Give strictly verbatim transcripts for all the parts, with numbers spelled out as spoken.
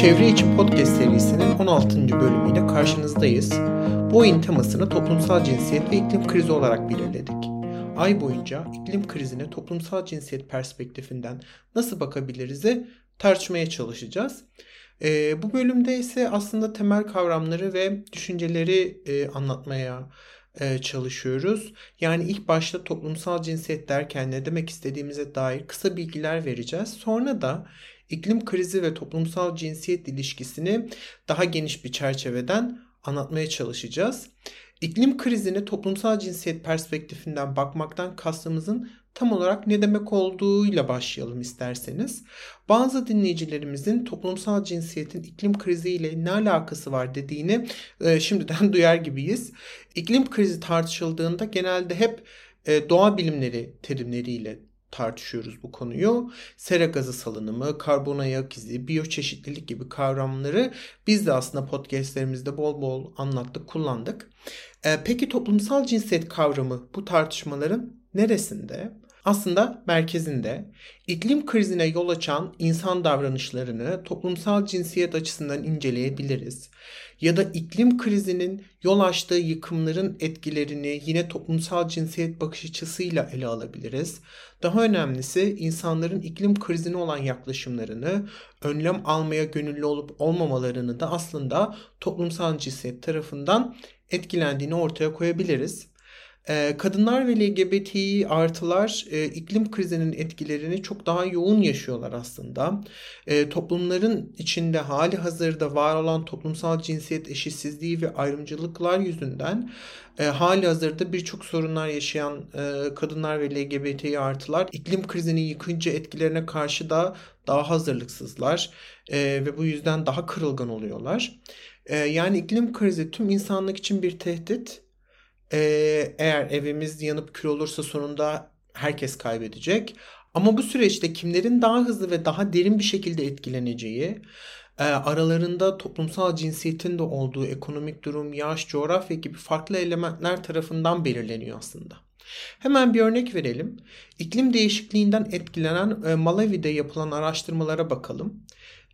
Çevre İçi Podcast serisinin on altıncı bölümüyle karşınızdayız. Bu ayın temasını toplumsal cinsiyet ve iklim krizi olarak belirledik. Ay boyunca iklim krizine toplumsal cinsiyet perspektifinden nasıl bakabiliriz'i tartışmaya çalışacağız. Ee, bu bölümde ise aslında temel kavramları ve düşünceleri e, anlatmaya e, çalışıyoruz. Yani ilk başta toplumsal cinsiyet derken ne demek istediğimize dair kısa bilgiler vereceğiz. Sonra da iklim krizi ve toplumsal cinsiyet ilişkisini daha geniş bir çerçeveden anlatmaya çalışacağız. İklim krizine toplumsal cinsiyet perspektifinden bakmaktan kastımızın tam olarak ne demek olduğuyla başlayalım isterseniz. Bazı dinleyicilerimizin toplumsal cinsiyetin iklim kriziyle ne alakası var dediğini e, şimdiden duyar gibiyiz. İklim krizi tartışıldığında genelde hep e, doğa bilimleri terimleriyle tartışıyoruz bu konuyu. Sera gazı salınımı, karbon ayak izi, biyoçeşitlilik gibi kavramları biz de aslında podcastlerimizde bol bol anlattık, kullandık. Ee, peki toplumsal cinsiyet kavramı bu tartışmaların neresinde? Aslında merkezinde. İklim krizine yol açan insan davranışlarını toplumsal cinsiyet açısından inceleyebiliriz. Ya da iklim krizinin yol açtığı yıkımların etkilerini yine toplumsal cinsiyet bakış açısıyla ele alabiliriz. Daha önemlisi insanların iklim krizine olan yaklaşımlarını, önlem almaya gönüllü olup olmamalarını da aslında toplumsal cinsiyet tarafından etkilendiğini ortaya koyabiliriz. Kadınlar ve L G B T İ artılar e, iklim krizinin etkilerini çok daha yoğun yaşıyorlar aslında. E, toplumların içinde hali hazırda var olan toplumsal cinsiyet eşitsizliği ve ayrımcılıklar yüzünden e, hali hazırda birçok sorunlar yaşayan e, kadınlar ve L G B T İ artılar iklim krizinin yıkıcı etkilerine karşı da daha hazırlıksızlar e, ve bu yüzden daha kırılgan oluyorlar. E, yani iklim krizi tüm insanlık için bir tehdit. Ee, eğer evimiz yanıp kül olursa sonunda herkes kaybedecek. Ama bu süreçte kimlerin daha hızlı ve daha derin bir şekilde etkileneceği, e, aralarında toplumsal cinsiyetin de olduğu ekonomik durum, yaş, coğrafya gibi farklı elementler tarafından belirleniyor aslında. Hemen bir örnek verelim. İklim değişikliğinden etkilenen e, Malawi'de yapılan araştırmalara bakalım.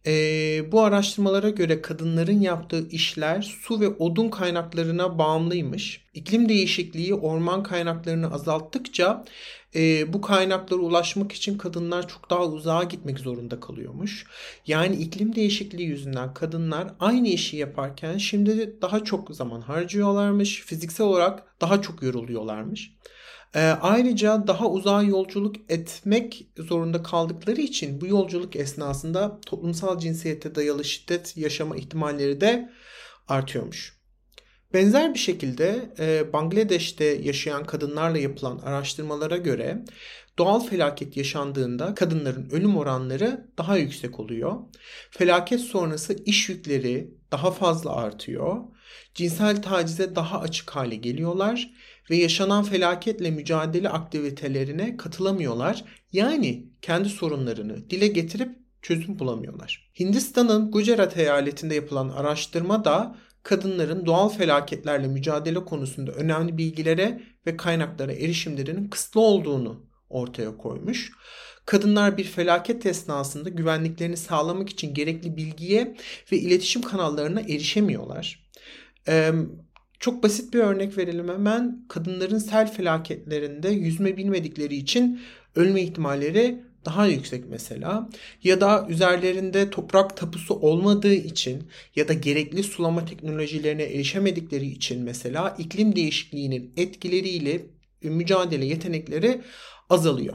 Ee, bu araştırmalara göre kadınların yaptığı işler su ve odun kaynaklarına bağımlıymış. İklim değişikliği orman kaynaklarını azalttıkça e, bu kaynaklara ulaşmak için kadınlar çok daha uzağa gitmek zorunda kalıyormuş. Yani iklim değişikliği yüzünden kadınlar aynı işi yaparken şimdi daha çok zaman harcıyorlarmış. Fiziksel olarak daha çok yoruluyorlarmış. E, ayrıca daha uzağa yolculuk etmek zorunda kaldıkları için bu yolculuk esnasında toplumsal cinsiyete dayalı şiddet yaşama ihtimalleri de artıyormuş. Benzer bir şekilde e, Bangladeş'te yaşayan kadınlarla yapılan araştırmalara göre doğal felaket yaşandığında kadınların ölüm oranları daha yüksek oluyor. Felaket sonrası iş yükleri daha fazla artıyor. Cinsel tacize daha açık hale geliyorlar ve yaşanan felaketle mücadele aktivitelerine katılamıyorlar. Yani kendi sorunlarını dile getirip çözüm bulamıyorlar. Hindistan'ın Gujarat eyaletinde yapılan araştırma da kadınların doğal felaketlerle mücadele konusunda önemli bilgilere ve kaynaklara erişimlerinin kısıtlı olduğunu ortaya koymuş. Kadınlar bir felaket esnasında güvenliklerini sağlamak için gerekli bilgiye ve iletişim kanallarına erişemiyorlar. Ee, Çok basit bir örnek verelim hemen. Kadınların sel felaketlerinde yüzme bilmedikleri için ölme ihtimalleri daha yüksek mesela. Ya da üzerlerinde toprak tapusu olmadığı için ya da gerekli sulama teknolojilerine erişemedikleri için mesela iklim değişikliğinin etkileriyle mücadele yetenekleri azalıyor.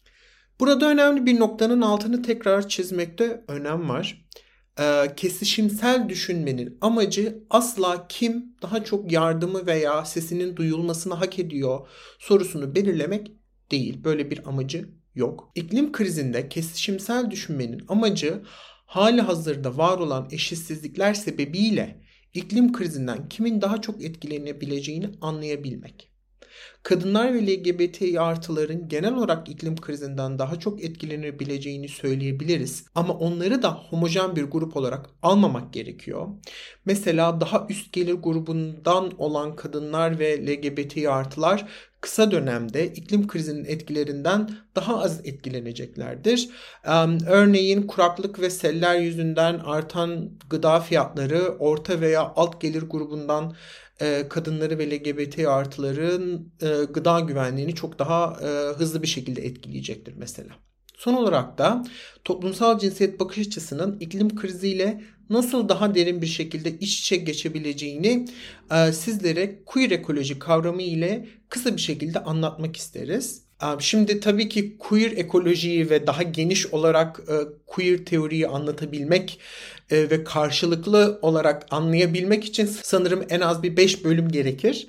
Burada önemli bir noktanın altını tekrar çizmekte önem var. Ee, kesişimsel düşünmenin amacı asla kim daha çok yardımı veya sesinin duyulmasını hak ediyor sorusunu belirlemek değil. Böyle bir amacı yok. İklim krizinde kesişimsel düşünmenin amacı hali hazırda var olan eşitsizlikler sebebiyle iklim krizinden kimin daha çok etkilenebileceğini anlayabilmek. Kadınlar ve L G B T artıların genel olarak iklim krizinden daha çok etkilenebileceğini söyleyebiliriz. Ama onları da homojen bir grup olarak almamak gerekiyor. Mesela daha üst gelir grubundan olan kadınlar ve L G B T artılar kısa dönemde iklim krizinin etkilerinden daha az etkileneceklerdir. Örneğin kuraklık ve seller yüzünden artan gıda fiyatları orta veya alt gelir grubundan kadınları ve L G B T artıların gıda güvenliğini çok daha hızlı bir şekilde etkileyecektir mesela. Son olarak da toplumsal cinsiyet bakış açısının iklim kriziyle nasıl daha derin bir şekilde iç içe geçebileceğini sizlere queer ekoloji kavramı ile kısa bir şekilde anlatmak isteriz. Şimdi tabii ki queer ekolojiyi ve daha geniş olarak queer teoriyi anlatabilmek ve karşılıklı olarak anlayabilmek için sanırım en az bir beş bölüm gerekir.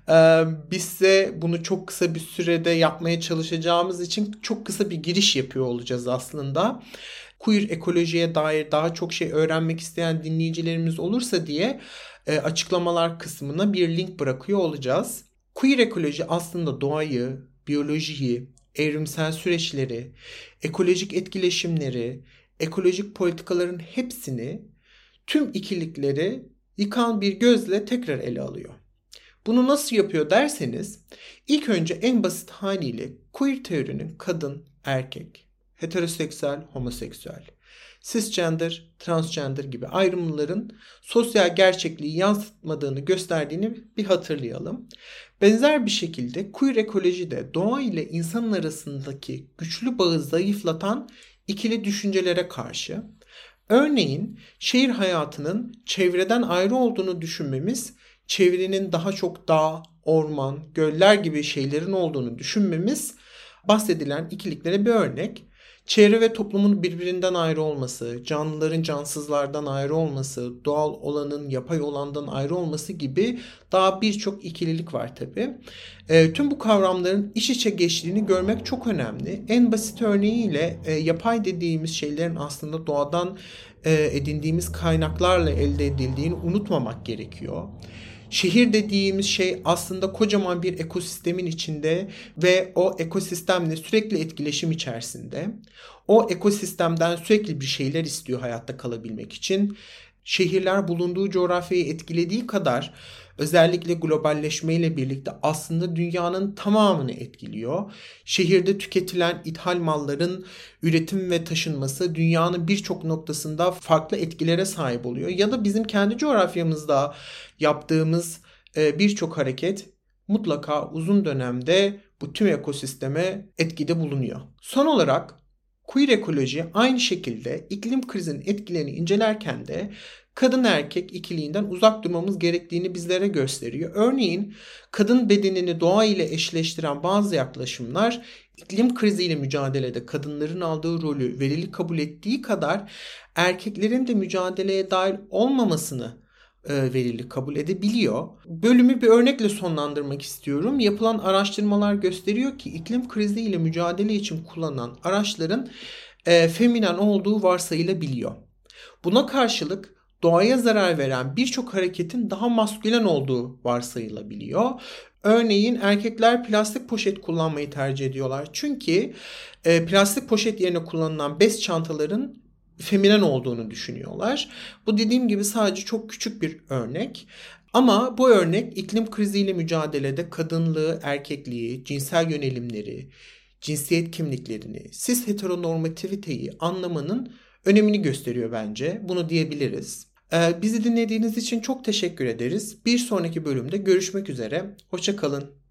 Biz de bunu çok kısa bir sürede yapmaya çalışacağımız için çok kısa bir giriş yapıyor olacağız aslında. Queer ekolojiye dair daha çok şey öğrenmek isteyen dinleyicilerimiz olursa diye açıklamalar kısmına bir link bırakıyor olacağız. Queer ekoloji aslında doğayı, biyolojiyi, evrimsel süreçleri, ekolojik etkileşimleri, ekolojik politikaların hepsini, tüm ikilikleri yıkan bir gözle tekrar ele alıyor. Bunu nasıl yapıyor derseniz, ilk önce en basit haliyle queer teorinin kadın, erkek, heteroseksüel, homoseksüel, cisgender, transgender gibi ayrımların sosyal gerçekliği yansıtmadığını gösterdiğini bir hatırlayalım. Benzer bir şekilde queer ekoloji de doğa ile insanın arasındaki güçlü bağı zayıflatan ikili düşüncelere karşı. Örneğin şehir hayatının çevreden ayrı olduğunu düşünmemiz, çevrenin daha çok dağ, orman, göller gibi şeylerin olduğunu düşünmemiz bahsedilen ikiliklere bir örnek. Çevre ve toplumun birbirinden ayrı olması, canlıların cansızlardan ayrı olması, doğal olanın yapay olandan ayrı olması gibi daha birçok ikililik var tabii. E, tüm bu kavramların iç içe geçtiğini görmek çok önemli. En basit örneğiyle e, yapay dediğimiz şeylerin aslında doğadan e, edindiğimiz kaynaklarla elde edildiğini unutmamak gerekiyor. Şehir dediğimiz şey aslında kocaman bir ekosistemin içinde ve o ekosistemle sürekli etkileşim içerisinde. O ekosistemden sürekli bir şeyler istiyor hayatta kalabilmek için. Şehirler bulunduğu coğrafyayı etkilediği kadar özellikle globalleşmeyle birlikte aslında dünyanın tamamını etkiliyor. Şehirde tüketilen ithal malların üretim ve taşınması dünyanın birçok noktasında farklı etkilere sahip oluyor. Ya da bizim kendi coğrafyamızda yaptığımız birçok hareket mutlaka uzun dönemde bu tüm ekosisteme etkide bulunuyor. Son olarak queer ekoloji aynı şekilde iklim krizinin etkilerini incelerken de kadın erkek ikiliğinden uzak durmamız gerektiğini bizlere gösteriyor. Örneğin kadın bedenini doğa ile eşleştiren bazı yaklaşımlar iklim kriziyle mücadelede kadınların aldığı rolü verili kabul ettiği kadar erkeklerin de mücadeleye dahil olmamasını verili kabul edebiliyor. Bölümü bir örnekle sonlandırmak istiyorum. Yapılan araştırmalar gösteriyor ki iklim kriziyle mücadele için kullanılan araçların e, feminen olduğu varsayılabiliyor. Buna karşılık doğaya zarar veren birçok hareketin daha maskülen olduğu varsayılabiliyor. Örneğin erkekler plastik poşet kullanmayı tercih ediyorlar. Çünkü e, plastik poşet yerine kullanılan bez çantaların feminen olduğunu düşünüyorlar. Bu dediğim gibi sadece çok küçük bir örnek. Ama bu örnek iklim kriziyle mücadelede kadınlığı, erkekliği, cinsel yönelimleri, cinsiyet kimliklerini, cis heteronormativiteyi anlamanın önemini gösteriyor bence. Bunu diyebiliriz. Ee, bizi dinlediğiniz için çok teşekkür ederiz. Bir sonraki bölümde görüşmek üzere. Hoşça kalın.